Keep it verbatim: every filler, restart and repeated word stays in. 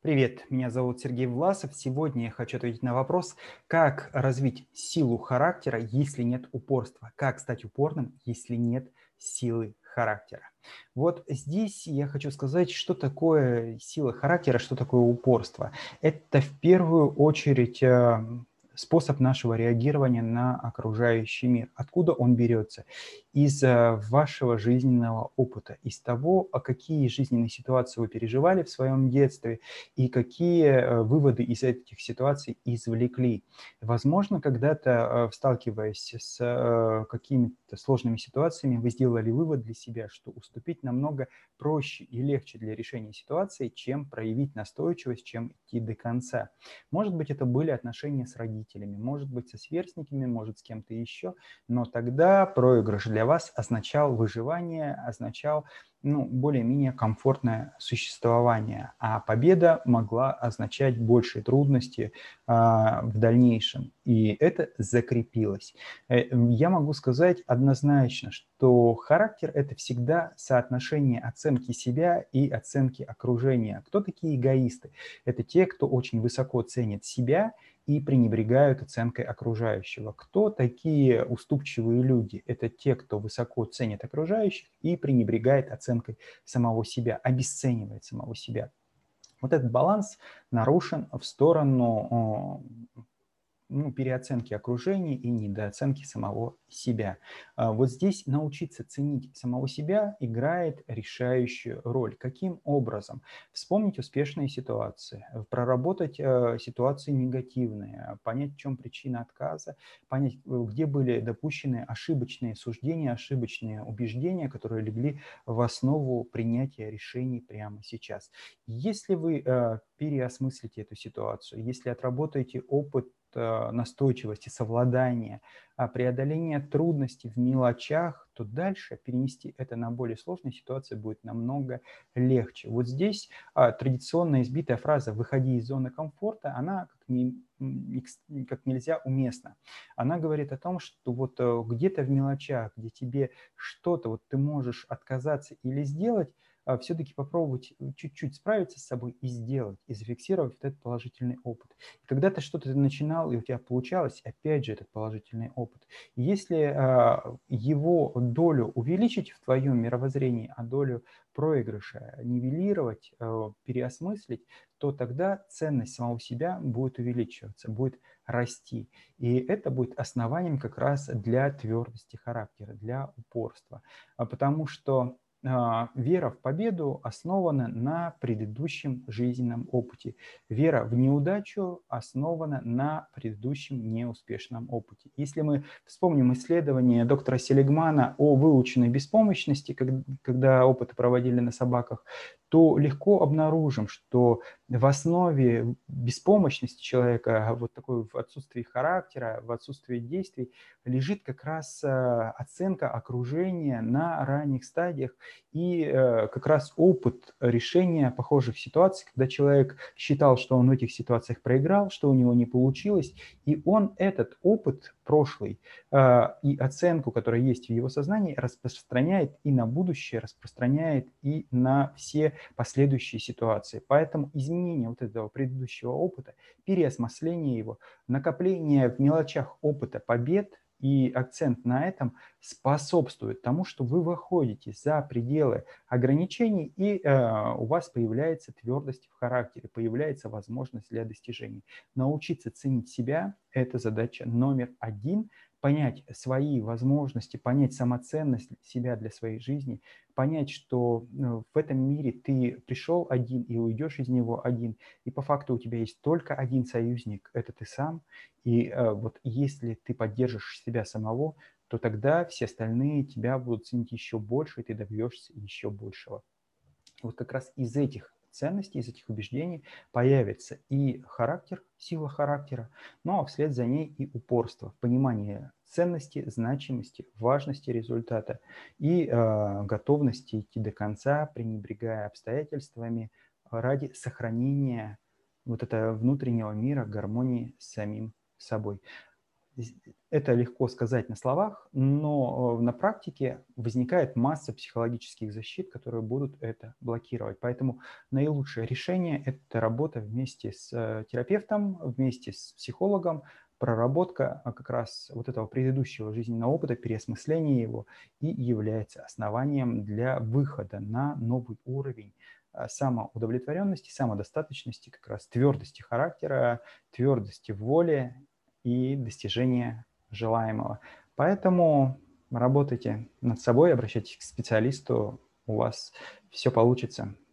Привет, меня зовут Сергей Власов. Сегодня я хочу ответить на вопрос, как развить силу характера, если нет упорства? Как стать упорным, если нет силы характера? Вот здесь я хочу сказать, что такое сила характера, что такое упорство. Это в первую очередь э, способ нашего реагирования на окружающий мир. Откуда он берется? Из э, вашего жизненного опыта, из того, а какие жизненные ситуации вы переживали в своем детстве, и какие э, выводы из этих ситуаций извлекли. Возможно, когда-то, э, сталкиваясь с э, какими-то сложными ситуациями, вы сделали вывод для себя, что уступить намного проще и легче для решения ситуации, чем проявить настойчивость, чем идти до конца. Может быть, это были отношения с родителями, может быть, со сверстниками, может, с кем-то еще, но тогда проигрыш для вас означал выживание, означал ну, более-менее комфортное существование, а победа могла означать большие трудности а, в дальнейшем, и это закрепилось. Э, Я могу сказать однозначно, что характер – это всегда соотношение оценки себя и оценки окружения. Кто такие эгоисты? Это те, кто очень высоко ценит себя и пренебрегают оценкой окружающего. Кто такие уступчивые люди? Это те, кто высоко ценит окружающих и пренебрегает оценкой самого себя, обесценивает самого себя. Вот этот баланс нарушен в сторону ну, переоценки окружения и недооценки самого себя. А Вот здесь научиться ценить самого себя играет решающую роль. Каким образом? Вспомнить успешные ситуации, э, проработать э, ситуации негативные, понять, в чем причина отказа, понять, э, где были допущены ошибочные суждения, ошибочные убеждения, которые легли в основу принятия решений прямо сейчас. Если вы э, переосмыслите эту ситуацию, если отработаете опыт э, настойчивости, совладания, а преодоления трудностей в мелочах, то дальше перенести это на более сложные ситуации будет намного легче. Вот здесь а, традиционная избитая фраза «выходи из зоны комфорта», она как, не, как нельзя уместна. Она говорит о том, что вот э, где-то в мелочах, где тебе что-то вот ты можешь отказаться или сделать, а, все-таки попробовать чуть-чуть справиться с собой и сделать, и зафиксировать вот этот положительный опыт. И когда ты что-то начинал, и у тебя получалось, опять же, этот положительный опыт. Если а, его долю увеличить в твоем мировоззрении, а долю проигрыша нивелировать, а, переосмыслить, то тогда ценность самого себя будет увеличиваться, будет расти. И это будет основанием как раз для твердости характера, для упорства. А Потому что а, вера в победу основана на предыдущем жизненном опыте. Вера в неудачу основана на предыдущем неуспешном опыте. Если мы вспомним исследование доктора Селигмана о выученной беспомощности, когда опыты проводили на собаках, то легко обнаружим, что в основе беспомощности человека, вот такой в отсутствии характера, в отсутствии действий, лежит как раз оценка окружения на ранних стадиях и э, как раз опыт решения похожих ситуаций, когда человек считал, что он в этих ситуациях проиграл, что у него не получилось, и он этот опыт прошлый э, и оценку, которая есть в его сознании, распространяет и на будущее, распространяет и на все последующие ситуации. Поэтому изменение вот этого предыдущего опыта, переосмысление его, накопление в мелочах опыта побед и акцент на этом способствует тому, что вы выходите за пределы ограничений, и э, у вас появляется твердость в характере, появляется возможность для достижений. Научиться ценить себя – это задача номер один. Понять свои возможности, понять самоценность себя для своей жизни, понять, что ну, в этом мире ты пришел один и уйдешь из него один, и по факту у тебя есть только один союзник – это ты сам. И э, вот если ты поддержишь себя самого, то тогда все остальные тебя будут ценить еще больше, и ты добьешься еще большего. Вот как раз из этих ценностей, из этих убеждений появится и характер, сила характера, ну а вслед за ней и упорство, понимание ценности, значимости, важности результата и э, готовности идти до конца, пренебрегая обстоятельствами ради сохранения вот этого внутреннего мира, гармонии с самим собой. Это легко сказать на словах, но на практике возникает масса психологических защит, которые будут это блокировать. Поэтому наилучшее решение – это работа вместе с терапевтом, вместе с психологом, проработка как раз вот этого предыдущего жизненного опыта, переосмысление его и является основанием для выхода на новый уровень самоудовлетворенности, самодостаточности, как раз твердости характера, твердости воли и достижения желаемого. Поэтому работайте над собой, обращайтесь к специалисту, у вас все получится.